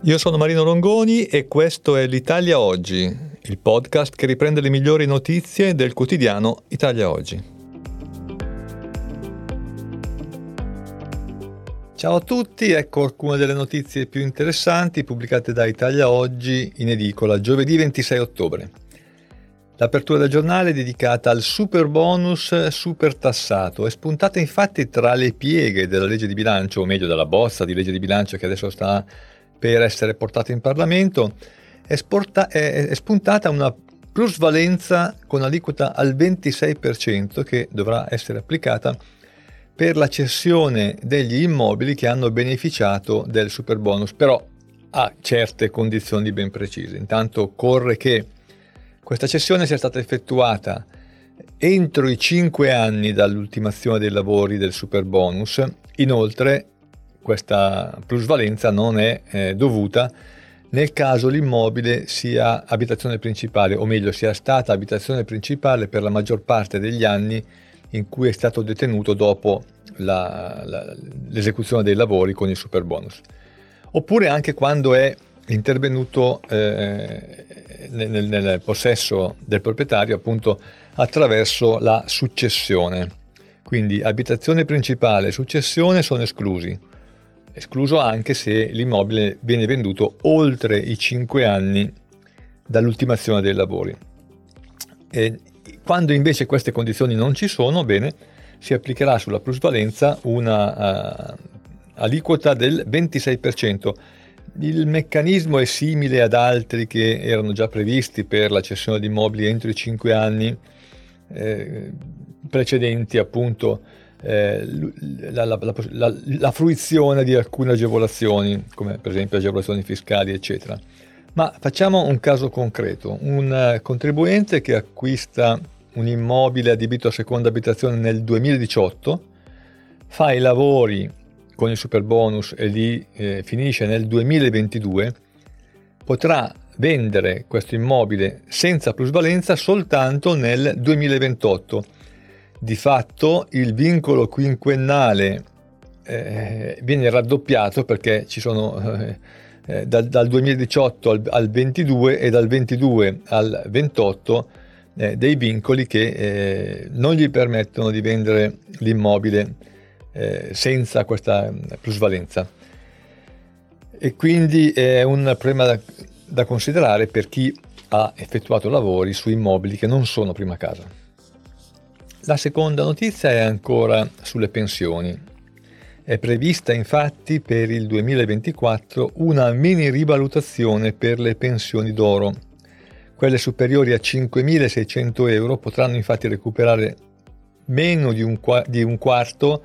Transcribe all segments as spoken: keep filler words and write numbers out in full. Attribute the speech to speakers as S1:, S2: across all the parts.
S1: Io sono Marino Longoni e questo è l'Italia Oggi, il podcast che riprende le migliori notizie del quotidiano Italia Oggi. Ciao a tutti, ecco alcune delle notizie più interessanti pubblicate da Italia Oggi in edicola giovedì ventisei ottobre. L'apertura del giornale è dedicata al super bonus super tassato. È spuntata infatti tra le pieghe della legge di bilancio, o meglio della bozza di legge di bilancio che adesso sta per essere portata in Parlamento, è, sporta, è, è spuntata una plusvalenza con aliquota al ventisei per cento che dovrà essere applicata per la cessione degli immobili che hanno beneficiato del super bonus, però a certe condizioni ben precise. Intanto corre che questa cessione sia stata effettuata entro i cinque anni dall'ultimazione dei lavori del super bonus. Inoltre questa plusvalenza non è eh, dovuta nel caso l'immobile sia abitazione principale, o meglio sia stata abitazione principale per la maggior parte degli anni in cui è stato detenuto dopo la, la, l'esecuzione dei lavori con il super bonus, oppure anche quando è intervenuto eh, nel, nel possesso del proprietario appunto attraverso la successione. Quindi abitazione principale e successione sono esclusi. Escluso anche se l'immobile viene venduto oltre i cinque anni dall'ultimazione dei lavori. E quando invece queste condizioni non ci sono, bene, si applicherà sulla plusvalenza una uh, aliquota del ventisei per cento. Il meccanismo è simile ad altri che erano già previsti per la cessione di immobili entro i cinque anni eh, precedenti appunto Eh, la, la, la, la, la fruizione di alcune agevolazioni, come per esempio agevolazioni fiscali, eccetera. Ma facciamo un caso concreto: un contribuente che acquista un immobile adibito a seconda abitazione nel duemiladiciotto, fa i lavori con il super bonus e li eh, finisce nel duemilaventidue, potrà vendere questo immobile senza plusvalenza soltanto nel duemilaventotto. Di fatto il vincolo quinquennale eh, viene raddoppiato perché ci sono eh, eh, dal, dal duemiladiciotto al, al ventidue e dal ventidue al ventotto eh, dei vincoli che eh, non gli permettono di vendere l'immobile eh, senza questa plusvalenza, e quindi è un problema da, da considerare per chi ha effettuato lavori su immobili che non sono prima casa. La seconda notizia è ancora sulle pensioni. È prevista infatti per il duemilaventiquattro una mini rivalutazione per le pensioni d'oro. Quelle superiori a cinquemilaseicento euro potranno infatti recuperare meno di un, di un quarto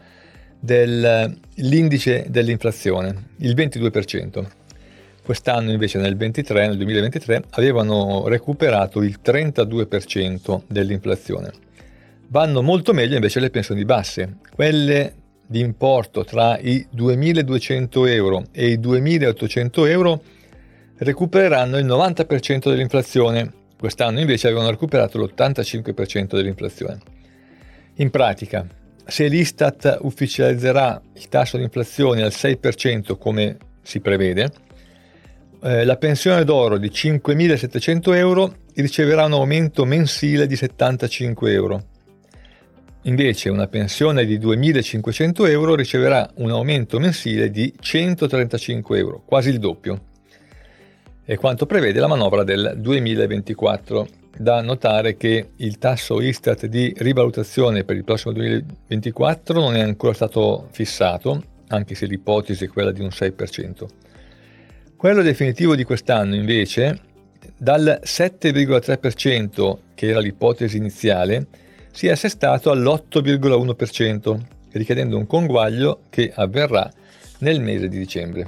S1: dell'indice dell'inflazione, il ventidue per cento. Quest'anno invece nel ventitré, nel duemilaventitré avevano recuperato il trentadue per cento dell'inflazione. Vanno molto meglio invece le pensioni basse, quelle di importo tra i duemiladuecento euro e i duemilaottocento euro recupereranno il novanta per cento dell'inflazione. Quest'anno invece avevano recuperato l'ottantacinque per cento dell'inflazione. In pratica, se l'Istat ufficializzerà il tasso di inflazione al sei per cento come si prevede, eh, la pensione d'oro di cinquemilasettecento euro riceverà un aumento mensile di settantacinque euro. Invece una pensione di duemilacinquecento euro riceverà un aumento mensile di centotrentacinque euro, quasi il doppio. È quanto prevede la manovra del duemilaventiquattro. Da notare che il tasso Istat di rivalutazione per il prossimo duemilaventiquattro non è ancora stato fissato, anche se l'ipotesi è quella di un sei per cento. Quello definitivo di quest'anno invece, dal sette virgola tre per cento che era l'ipotesi iniziale, si è assestato all'otto virgola uno per cento, richiedendo un conguaglio che avverrà nel mese di dicembre.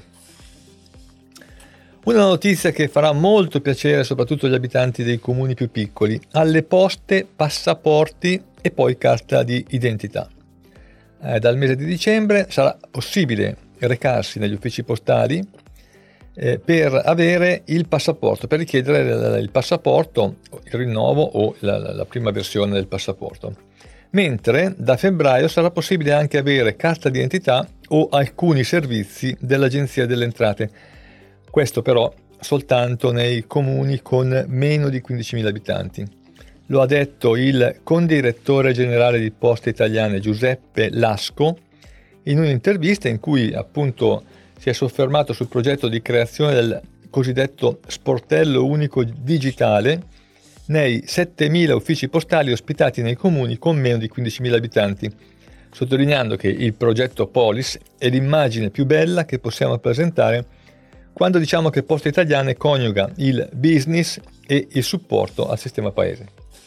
S1: Una notizia che farà molto piacere soprattutto agli abitanti dei comuni più piccoli: alle poste passaporti e poi carta di identità. Eh, dal mese di dicembre sarà possibile recarsi negli uffici postali eh, per avere il passaporto, per richiedere il passaporto, il rinnovo o la, la prima versione del passaporto. Mentre da febbraio sarà possibile anche avere carta d'identità o alcuni servizi dell'Agenzia delle Entrate. Questo però soltanto nei comuni con meno di quindicimila abitanti. Lo ha detto il condirettore generale di Poste Italiane Giuseppe Lasco in un'intervista in cui appunto si è soffermato sul progetto di creazione del cosiddetto sportello unico digitale nei settemila uffici postali ospitati nei comuni con meno di quindicimila abitanti, sottolineando che il progetto Polis è l'immagine più bella che possiamo presentare quando diciamo che Poste Italiane coniuga il business e il supporto al sistema paese.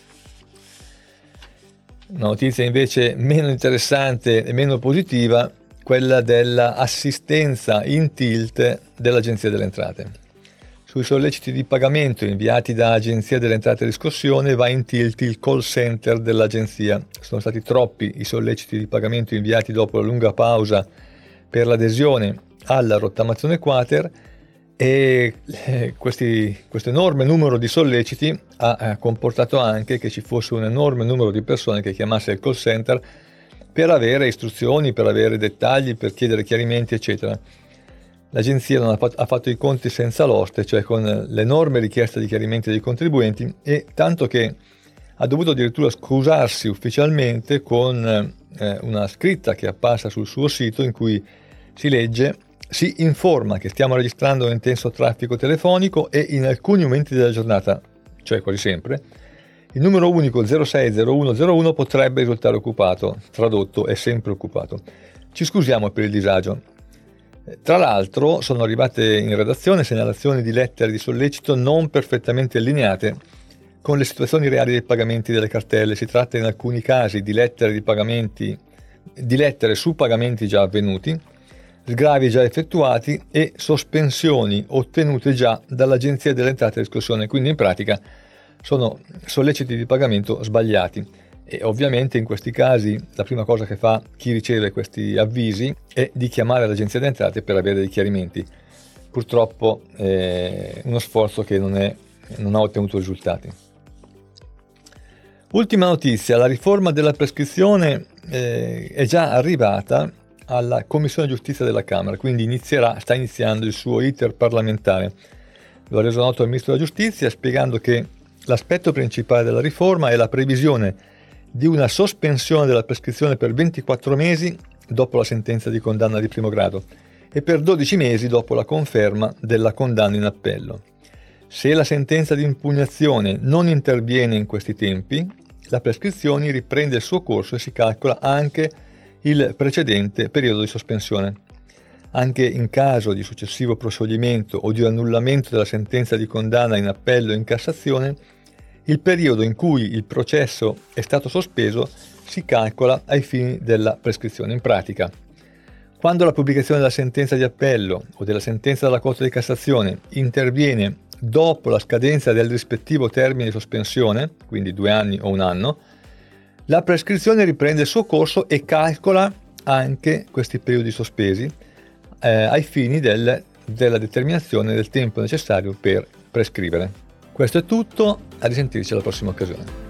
S1: Una notizia invece meno interessante e meno positiva, quella dell'assistenza in tilt dell'Agenzia delle Entrate. Sui solleciti di pagamento inviati da Agenzia delle Entrate e Riscossione va in tilt il call center dell'agenzia. Sono stati troppi i solleciti di pagamento inviati dopo la lunga pausa per l'adesione alla rottamazione quater e questi, questo enorme numero di solleciti ha comportato anche che ci fosse un enorme numero di persone che chiamasse il call center per avere istruzioni, per avere dettagli, per chiedere chiarimenti, eccetera. L'agenzia non ha, fatto, ha fatto i conti senza l'oste, cioè con l'enorme richiesta di chiarimenti dei contribuenti, e tanto che ha dovuto addirittura scusarsi ufficialmente con eh, una scritta che è apparsa sul suo sito in cui si legge: si informa che stiamo registrando un intenso traffico telefonico e in alcuni momenti della giornata, cioè quasi sempre, il numero unico zero sei zero uno zero uno potrebbe risultare occupato, tradotto è sempre occupato. Ci scusiamo per il disagio. Tra l'altro sono arrivate in redazione segnalazioni di lettere di sollecito non perfettamente allineate con le situazioni reali dei pagamenti delle cartelle. Si tratta in alcuni casi di lettere di pagamenti, di lettere su pagamenti già avvenuti, sgravi già effettuati e sospensioni ottenute già dall'Agenzia delle Entrate e Riscossione. Quindi in pratica sono solleciti di pagamento sbagliati. E ovviamente in questi casi la prima cosa che fa chi riceve questi avvisi è di chiamare l'Agenzia delle Entrate per avere dei chiarimenti. Purtroppo è uno sforzo che non, è, non ha ottenuto risultati. Ultima notizia: la riforma della prescrizione eh, è già arrivata alla Commissione Giustizia della Camera, quindi inizierà, sta iniziando il suo iter parlamentare. Lo ha reso noto il Ministro della Giustizia spiegando che l'aspetto principale della riforma è la previsione di una sospensione della prescrizione per ventiquattro mesi dopo la sentenza di condanna di primo grado e per dodici mesi dopo la conferma della condanna in appello. Se la sentenza di impugnazione non interviene in questi tempi, la prescrizione riprende il suo corso e si calcola anche il precedente periodo di sospensione. Anche in caso di successivo proscioglimento o di annullamento della sentenza di condanna in appello e in Cassazione, il periodo in cui il processo è stato sospeso si calcola ai fini della prescrizione. In pratica, quando la pubblicazione della sentenza di appello o della sentenza della Corte di Cassazione interviene dopo la scadenza del rispettivo termine di sospensione, quindi due anni o un anno, la prescrizione riprende il suo corso e calcola anche questi periodi sospesi eh, ai fini del, della determinazione del tempo necessario per prescrivere. Questo è tutto, a risentirci alla prossima occasione.